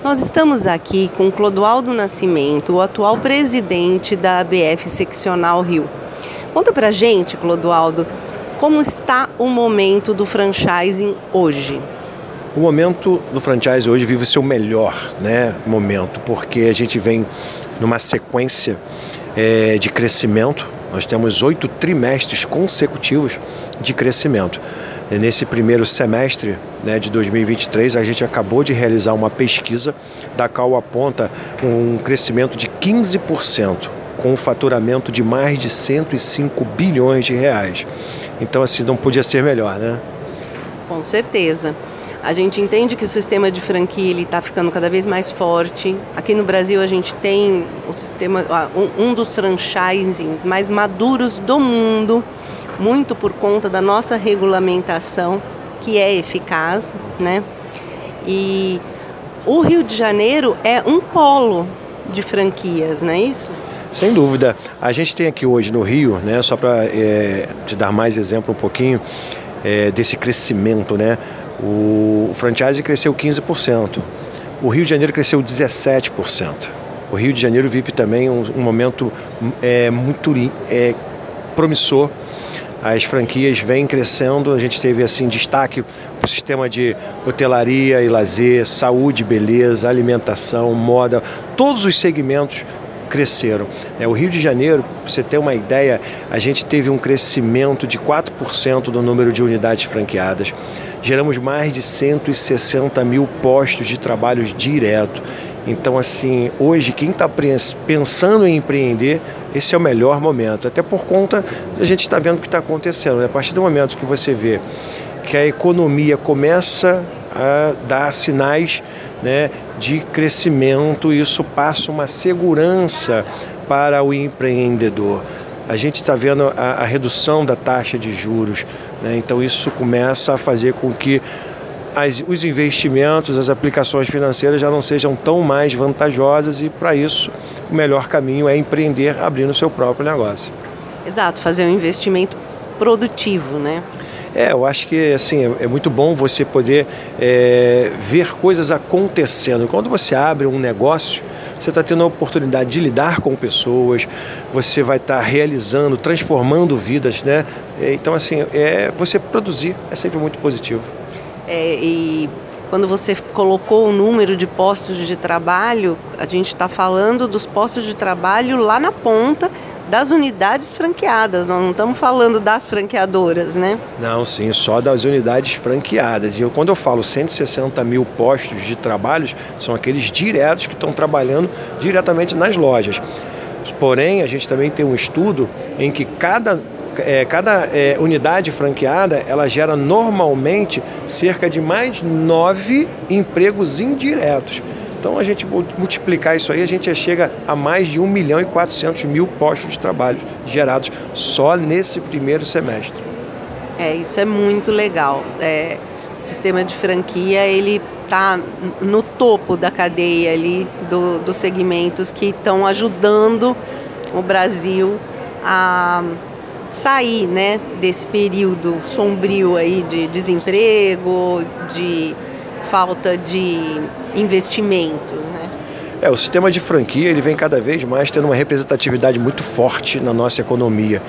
Nós estamos aqui com Clodoaldo Nascimento, o atual presidente da ABF Seccional Rio. Conta pra gente, Clodoaldo, como está o momento do franchising hoje? O momento do franchise hoje vive o seu melhor, momento, porque a gente vem numa sequência de crescimento. Nós temos 8 trimestres consecutivos de crescimento. Nesse primeiro semestre de 2023, a gente acabou de realizar uma pesquisa da qual aponta um crescimento de 15%, com um faturamento de mais de 105 bilhões de reais. Então, assim, não podia ser melhor, né? Com certeza. A gente entende que o sistema de franquia está ficando cada vez mais forte. Aqui no Brasil a gente tem o sistema, um dos franchisings mais maduros do mundo, muito por conta da nossa regulamentação, que é eficaz, né? E o Rio de Janeiro é um polo de franquias, não é isso? Sem dúvida. A gente tem aqui hoje no Rio, só para te dar mais exemplo um pouquinho desse crescimento, O franchise cresceu 15%, o Rio de Janeiro cresceu 17%. O Rio de Janeiro vive também um momento muito promissor. As franquias vêm crescendo, a gente teve assim destaque para o sistema de hotelaria e lazer, saúde, beleza, alimentação, moda, todos os segmentos cresceram. O Rio de Janeiro, para você ter uma ideia, a gente teve um crescimento de 4% do número de unidades franqueadas. Geramos mais de 160 mil postos de trabalho direto. Então, assim, hoje quem está pensando em empreender, esse é o melhor momento. Até por conta, a gente está vendo o que está acontecendo. A partir do momento que você vê que a economia começa a dar sinais de crescimento, isso passa uma segurança para o empreendedor. A gente está vendo a redução da taxa de juros, então isso começa a fazer com que os investimentos, as aplicações financeiras já não sejam tão mais vantajosas e, para isso, o melhor caminho é empreender abrindo o seu próprio negócio. Exato, fazer um investimento produtivo, Eu acho que assim, é muito bom você poder ver coisas acontecendo. Quando você abre um negócio, você está tendo a oportunidade de lidar com pessoas, você vai estar realizando, transformando vidas, Então, assim, você produzir é sempre muito positivo. E quando você colocou o número de postos de trabalho, a gente está falando dos postos de trabalho lá na ponta das unidades franqueadas, nós não estamos falando das franqueadoras, Não, sim, só das unidades franqueadas. E quando eu falo 160 mil postos de trabalho, são aqueles diretos que estão trabalhando diretamente nas lojas. Porém, a gente também tem um estudo em que cada unidade franqueada, ela gera normalmente cerca de mais 9 empregos indiretos. Então, a gente multiplicar isso aí, a gente chega a mais de 1.400.000 postos de trabalho gerados só nesse primeiro semestre. Isso é muito legal. O sistema de franquia, ele está no topo da cadeia ali dos segmentos que estão ajudando o Brasil a sair, desse período sombrio aí de desemprego, de falta de investimentos, O sistema de franquia, ele vem cada vez mais tendo uma representatividade muito forte na nossa economia.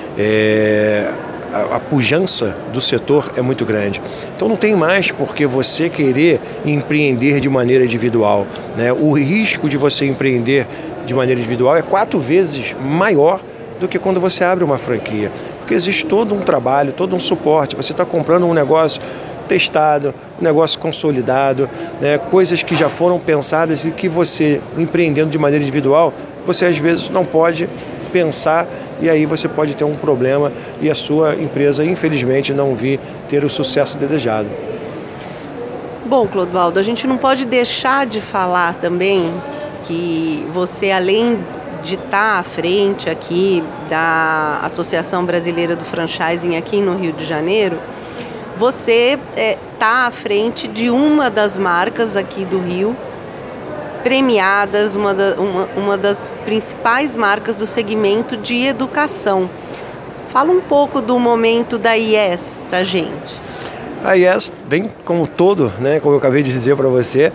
A pujança do setor é muito grande. Então não tem mais por que você querer empreender de maneira individual, O risco de você empreender de maneira individual é 4 vezes maior do que quando você abre uma franquia. Porque existe todo um trabalho, todo um suporte. Você está comprando um negócio testado, um negócio consolidado, coisas que já foram pensadas e que você, empreendendo de maneira individual, você às vezes não pode pensar e aí você pode ter um problema e a sua empresa, infelizmente, não vir ter o sucesso desejado. Bom, Clodoaldo, a gente não pode deixar de falar também que você, além de estar à frente aqui da Associação Brasileira do Franchising aqui no Rio de Janeiro, você está à frente de uma das marcas aqui do Rio, premiadas, uma das principais marcas do segmento de educação. Fala um pouco do momento da IES para a gente. A IES vem como todo, como eu acabei de dizer para você,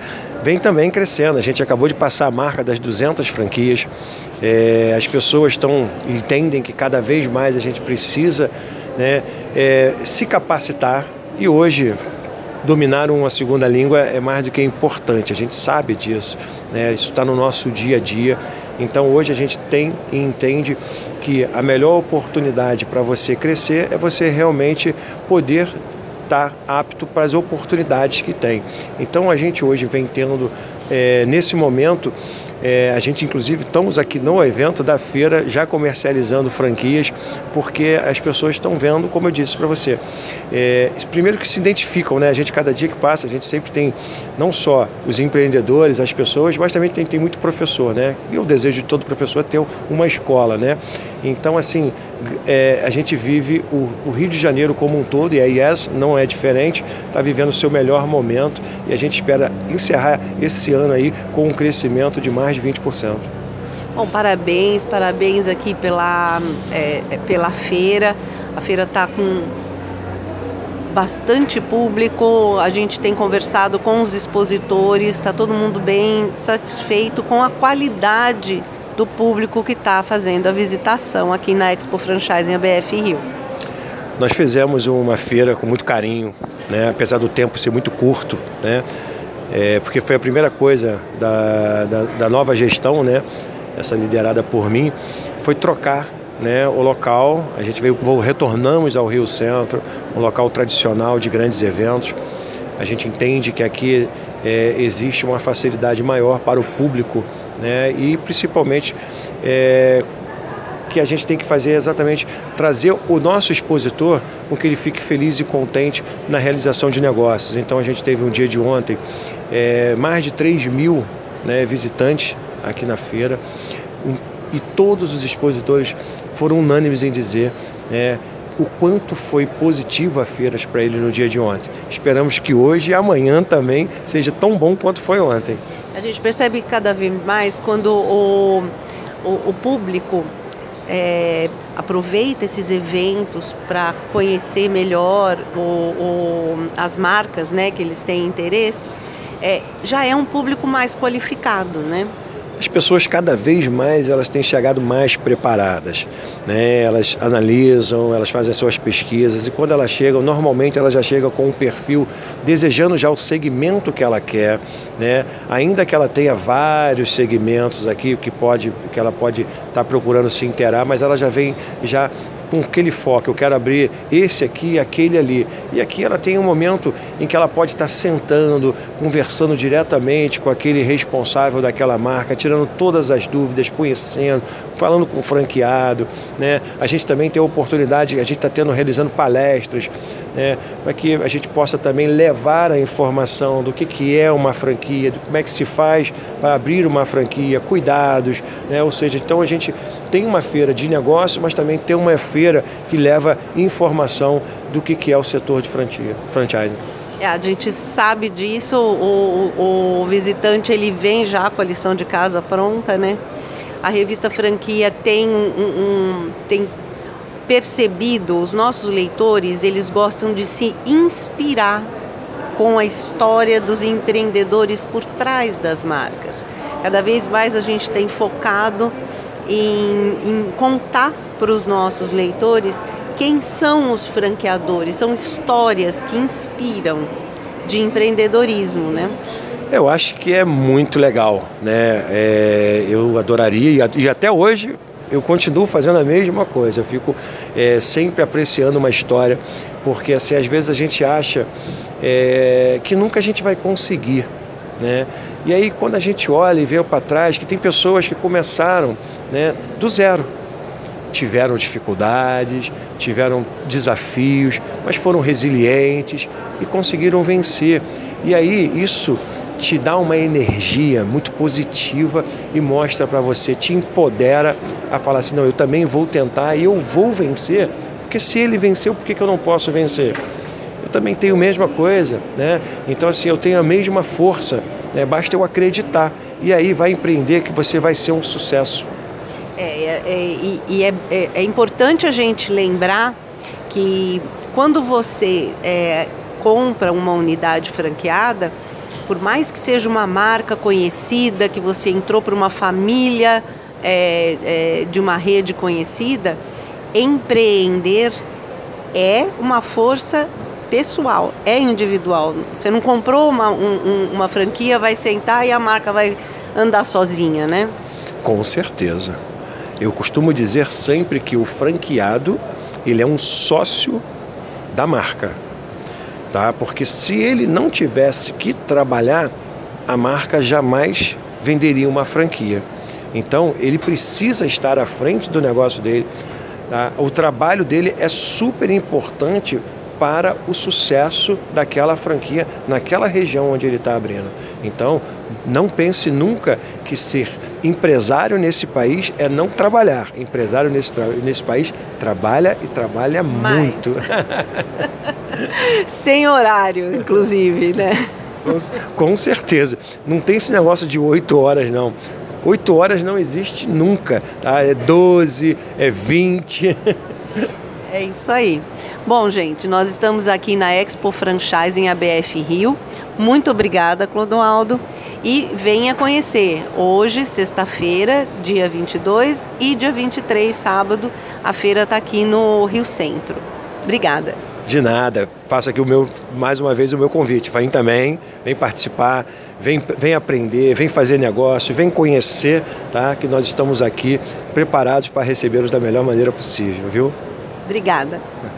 vem também crescendo. A gente acabou de passar a marca das 200 franquias. As pessoas entendem que cada vez mais a gente precisa, né, se capacitar, e hoje dominar uma segunda língua é mais do que importante, a gente sabe disso, né? Isso está no nosso dia a dia. Então hoje a gente tem e entende que a melhor oportunidade para você crescer é você realmente poder estar apto para as oportunidades que tem. Então a gente hoje vem tendo, nesse momento, a gente inclusive estamos aqui no evento da feira já comercializando franquias, porque as pessoas estão vendo, como eu disse para você, primeiro que se identificam, né? A gente, cada dia que passa, a gente sempre tem não só os empreendedores, as pessoas, mas também tem muito professor, né? E o desejo de todo professor é ter uma escola, né? Então, assim, a gente vive o Rio de Janeiro como um todo, e a IES não é diferente, está vivendo o seu melhor momento, e a gente espera encerrar esse ano aí com um crescimento de mais de 20%. Bom, parabéns aqui pela feira. A feira está com bastante público, a gente tem conversado com os expositores, está todo mundo bem satisfeito com a qualidade do público que está fazendo a visitação aqui na Expo Franchising ABF Rio. Nós fizemos uma feira com muito carinho, né? Apesar do tempo ser muito curto, né? Porque foi a primeira coisa da nova gestão, né? Essa liderada por mim, foi trocar, né, o local. A gente retornamos ao Rio Centro, um local tradicional de grandes eventos. A gente entende que aqui existe uma facilidade maior para o público, né, e principalmente que a gente tem que fazer exatamente trazer o nosso expositor com que ele fique feliz e contente na realização de negócios. Então a gente teve um dia de ontem mais de 3.000, né, visitantes aqui na feira, e todos os expositores foram unânimes em dizer o quanto foi positivo a feira para ele no dia de ontem. Esperamos que hoje e amanhã também seja tão bom quanto foi ontem. A gente percebe cada vez mais quando o público aproveita esses eventos para conhecer melhor as marcas, né, que eles têm interesse, já é um público mais qualificado, né? As pessoas cada vez mais elas têm chegado mais preparadas, né? Elas analisam, elas fazem as suas pesquisas, e quando elas chegam, normalmente elas já chegam com um perfil desejando já o segmento que ela quer, né? Ainda que ela tenha vários segmentos aqui que ela pode estar procurando se inteirar, mas ela já vem com aquele foco, eu quero abrir esse aqui, aquele ali. E aqui ela tem um momento em que ela pode estar sentando, conversando diretamente com aquele responsável daquela marca, tirando todas as dúvidas, conhecendo, falando com o franqueado, né? A gente também tem a oportunidade, a gente está realizando palestras, né, para que a gente possa também levar a informação do que é uma franquia, de como é que se faz para abrir uma franquia, cuidados, né? Ou seja, então a gente tem uma feira de negócio, mas também tem uma feira que leva informação do que é o setor de franchising. A gente sabe disso, o visitante ele vem já com a lição de casa pronta, né? A revista Franquia tem percebido, os nossos leitores, eles gostam de se inspirar com a história dos empreendedores por trás das marcas. Cada vez mais a gente tem focado em contar para os nossos leitores quem são os franqueadores, são histórias que inspiram de empreendedorismo, né? Eu acho que é muito legal, né? Eu adoraria, e até hoje eu continuo fazendo a mesma coisa, eu fico sempre apreciando uma história, porque assim, às vezes a gente acha que nunca a gente vai conseguir, né? E aí quando a gente olha e vê para trás que tem pessoas que começaram, né, do zero, tiveram dificuldades, tiveram desafios, mas foram resilientes e conseguiram vencer. E aí isso te dá uma energia muito positiva e mostra para você, te empodera a falar assim, não, eu também vou tentar e eu vou vencer, porque se ele venceu, por que eu não posso vencer? Eu também tenho a mesma coisa, né? Então assim, eu tenho a mesma força, né? Basta eu acreditar, e aí vai empreender que você vai ser um sucesso. É importante a gente lembrar que quando você compra uma unidade franqueada, por mais que seja uma marca conhecida, que você entrou para uma família de uma rede conhecida, empreender é uma força pessoal, é individual. Você não comprou uma franquia, vai sentar e a marca vai andar sozinha, né? Com certeza. Eu costumo dizer sempre que o franqueado, ele é um sócio da marca, tá? Porque se ele não tivesse que trabalhar, a marca jamais venderia uma franquia. Então, ele precisa estar à frente do negócio dele, tá? O trabalho dele é super importante para o sucesso daquela franquia naquela região onde ele está abrindo. Então, não pense nunca que ser empresário nesse país é não trabalhar. Empresário nesse país trabalha e trabalha muito. Sem horário, inclusive, né? Com certeza. Não tem esse negócio de 8 horas, não. 8 horas não existe nunca, tá? É 12, é 20. É isso aí. Bom, gente, nós estamos aqui na Expo Franchising ABF Rio. Muito obrigada, Clodoaldo. E venha conhecer. Hoje, sexta-feira, dia 22 e dia 23, sábado, a feira está aqui no Rio Centro. Obrigada. De nada. Faço aqui mais uma vez o meu convite. Vem também, vem participar, vem aprender, vem fazer negócio, vem conhecer, tá? Que nós estamos aqui preparados para recebê-los da melhor maneira possível, viu? Obrigada.